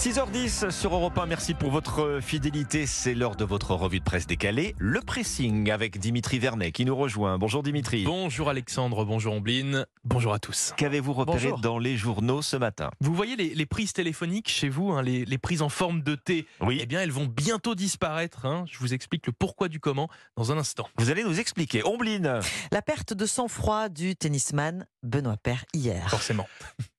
6h10 sur Europe 1, merci pour votre fidélité. C'est l'heure de votre revue de presse décalée, le pressing avec Dimitri Vernet qui nous rejoint. Bonjour Dimitri. Bonjour Alexandre, bonjour Ombline, bonjour à tous. Qu'avez-vous repéré Bonjour. dans les journaux ce matin? Vous voyez les prises téléphoniques chez vous, les prises en forme de T, Oui. eh bien elles vont bientôt disparaître. Je vous explique le pourquoi du comment dans un instant. Vous allez nous expliquer. Ombline. La perte de sang-froid du tennisman Benoît Paire hier. Forcément.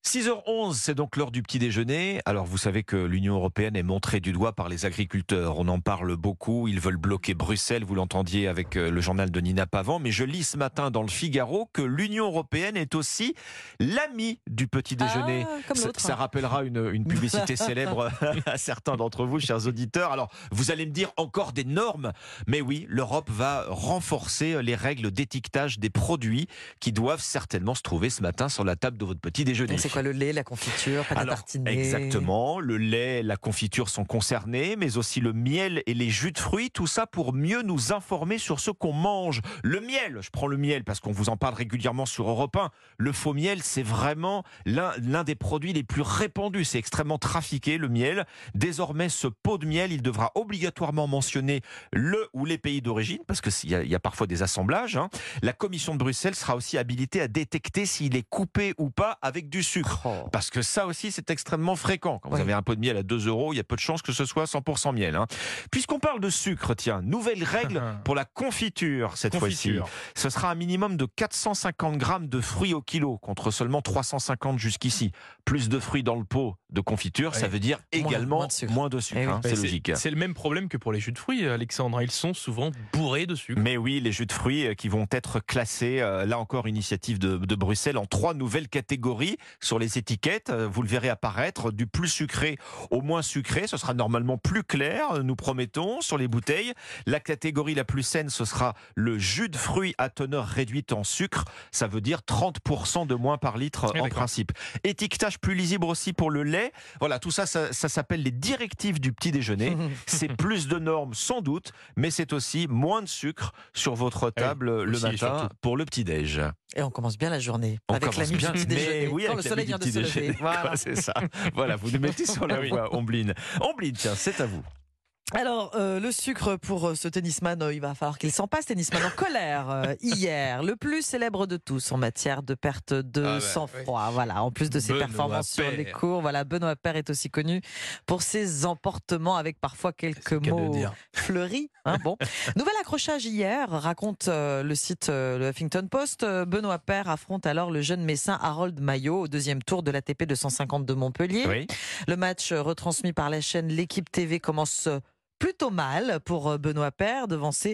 6h11, c'est donc l'heure du petit déjeuner. Alors vous savez que l'Union européenne est montrée du doigt par les agriculteurs. On en parle beaucoup, ils veulent bloquer Bruxelles, vous l'entendiez avec le journal de Nina Pavant. Mais je lis ce matin dans le Figaro que l'Union européenne est aussi l'ami du petit déjeuner. Comme l'autre. Ça rappellera une publicité célèbre à certains d'entre vous, chers auditeurs. Alors vous allez me dire encore des normes. Mais oui, l'Europe va renforcer les règles d'étiquetage des produits qui doivent certainement se trouver ce matin sur la table de votre petit déjeuner. Donc c'est quoi, le lait, la confiture, pâte à tartiner? Exactement, le lait, la confiture sont concernés, mais aussi le miel et les jus de fruits, tout ça pour mieux nous informer sur ce qu'on mange. Le miel, je prends le miel parce qu'on vous en parle régulièrement sur Europe 1. Le faux miel, c'est vraiment l'un des produits les plus répandus. C'est extrêmement trafiqué, le miel. Désormais, ce pot de miel, il devra obligatoirement mentionner le ou les pays d'origine, parce qu'il y a parfois des assemblages. La Commission de Bruxelles sera aussi habilitée à détecter s'il est coupé ou pas avec du sucre. Parce que ça aussi, c'est extrêmement fréquent. Quand vous avez un pot de miel à 2 €, il y a peu de chances que ce soit 100% miel. Puisqu'on parle de sucre, tiens, nouvelle règle pour la confiture cette fois-ci. Ce sera un minimum de 450 grammes de fruits au kilo, contre seulement 350 jusqu'ici. Plus de fruits dans le pot de confiture, ça veut dire également moins de sucre. C'est logique. C'est le même problème que pour les jus de fruits, Alexandre. Ils sont souvent bourrés de sucre. Mais oui, les jus de fruits qui vont être classés, là encore initiative de Bruxelles, en 3 nouvelles catégories sur les étiquettes. Vous le verrez apparaître, du plus sucré au moins sucré. Ce sera normalement plus clair, nous promettons, sur les bouteilles. La catégorie la plus saine, ce sera le jus de fruits à teneur réduite en sucre. Ça veut dire 30% de moins par litre en principe. Étiquetage plus lisible aussi pour le lait. Voilà, tout ça, ça s'appelle les directives du petit déjeuner. C'est plus de normes sans doute, mais c'est aussi moins de sucre sur votre table le matin pour le petit-déj. Et on commence bien la journée avec l'ami du petit déjeuner. Oui, quand le soleil vient de se lever. Voilà. C'est ça. Voilà, vous nous mettez sur la voie, Ombline. Ombline, tiens, c'est à vous. Alors, le sucre pour ce tennisman, il va falloir qu'il s'en passe. Tennisman en colère hier, le plus célèbre de tous en matière de perte de sang-froid. Oui. Voilà, en plus de ses performances sur les cours, voilà, Benoît Paire est aussi connu pour ses emportements avec parfois quelques mots fleuris. Bon. Nouvel accrochage hier, raconte le site le Huffington Post. Benoît Paire affronte alors le jeune messin Harold Maillot au deuxième tour de l'ATP 250 de Montpellier. Oui. Le match retransmis par la chaîne L'Équipe TV commence plutôt mal pour Benoît Paire, devancé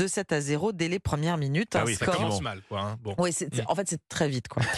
2-7-0 dès les premières minutes. Ah oui, ça commence mal, quoi. Bon. Oui, en fait, c'est très vite, quoi.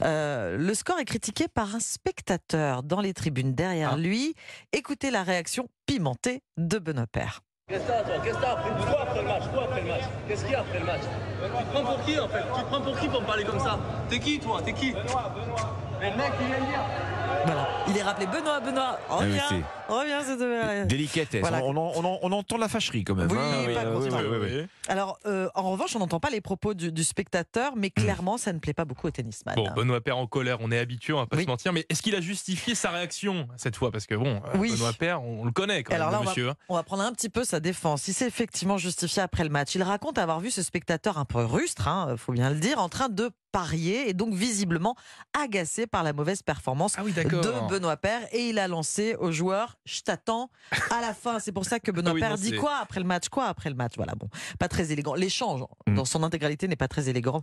Le score est critiqué par un spectateur dans les tribunes derrière lui. Écoutez la réaction pimentée de Benoît Paire. Qu'est-ce que t'as, toi? Qu'est-ce que t'as après? Quoi après le match? Qu'est-ce qu'il y a après le match? Tu te prends pour qui, en fait? Tu te prends pour qui pour me parler comme ça? T'es qui, toi? T'es qui? Benoît. Mais le mec, il vient de dire. Voilà. Il est rappelé Benoît. Reviens, c'est de... Délicatesse. Voilà. On entend la fâcherie quand même. Oui. Alors, en revanche, on n'entend pas les propos du spectateur, mais clairement, ça ne plaît pas beaucoup au tennisman. Bon, Benoît Paire en colère, on est habitué, on va pas se mentir, mais est-ce qu'il a justifié sa réaction cette fois? Parce que Benoît Paire, on le connaît quand même, monsieur. On va prendre un petit peu sa défense. Si c'est effectivement justifié après le match, il raconte avoir vu ce spectateur un peu rustre, faut bien le dire, en train de parier et donc visiblement agacé par la mauvaise performance de Benoît Paire, et il a lancé aux joueurs « je t'attends à la fin ». C'est pour ça que Benoît Paire dit quoi après le match. Voilà, bon, pas très élégant. L'échange dans son intégralité n'est pas très élégant.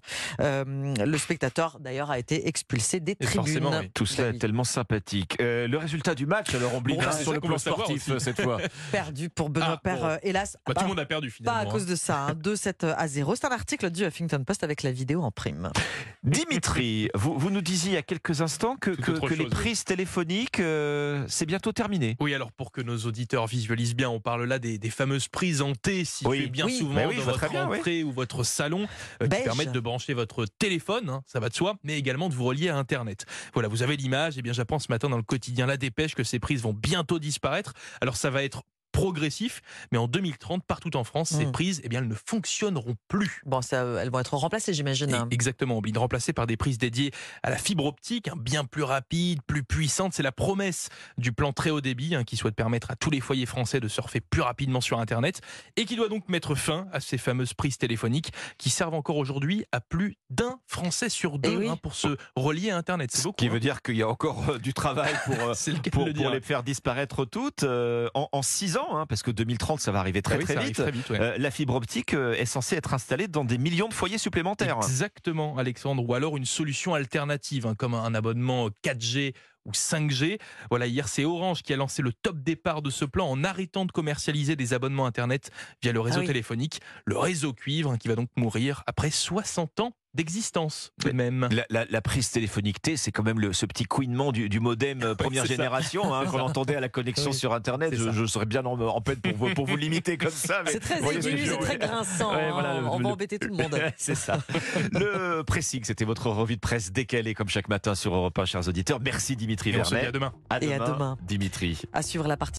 Le spectateur d'ailleurs a été expulsé des tribunes. Tout cela est tellement sympathique. Le résultat du match, alors on oublie sur le plan sportif cette fois. Perdu pour Benoît Paire, hélas. Tout le monde a perdu finalement. Pas à cause de ça, 2-7-0. C'est un article du Huffington Post avec la vidéo en prime. Dimitri, vous nous disiez il y a quelques instants que les prises téléphoniques, c'est bientôt terminé. Oui, alors pour que nos auditeurs visualisent bien, on parle là des fameuses prises en T situées bien souvent dans votre entrée ou votre salon, qui permettent de brancher votre téléphone, ça va de soi, mais également de vous relier à Internet. Voilà, vous avez l'image. Eh bien, j'apprends ce matin dans le quotidien La Dépêche que ces prises vont bientôt disparaître. Alors ça va être progressif, mais en 2030, partout en France, ces prises, eh bien, elles ne fonctionneront plus. Bon, elles vont être remplacées, j'imagine. Exactement, remplacées par des prises dédiées à la fibre optique, bien plus rapide, plus puissante. C'est la promesse du plan très haut débit qui souhaite permettre à tous les foyers français de surfer plus rapidement sur Internet et qui doit donc mettre fin à ces fameuses prises téléphoniques qui servent encore aujourd'hui à plus d'1 Français sur 2 pour se relier à Internet. C'est beaucoup. Ce qui veut dire qu'il y a encore du travail pour les faire disparaître toutes en 6 ans, parce que 2030, ça va arriver très vite. La fibre optique est censée être installée dans des millions de foyers supplémentaires. Exactement, Alexandre. Ou alors une solution alternative, comme un abonnement 4G ou 5G. Voilà, hier, c'est Orange qui a lancé le top départ de ce plan en arrêtant de commercialiser des abonnements Internet via le réseau téléphonique. Le réseau cuivre qui va donc mourir après 60 ans d'existence tout de même. La prise téléphonique T, c'est quand même ce petit couinement du modem première génération qu'on entendait à la connexion sur Internet. Je serais bien en peine pour vous limiter comme ça. C'est très aigu, c'est très grinçant. On va embêter tout le monde. C'est ça. Le pressing, c'était votre revue de presse décalée comme chaque matin sur Europe 1, chers auditeurs. Merci Dimitri Vernet. À demain. À demain, Dimitri. À suivre la partie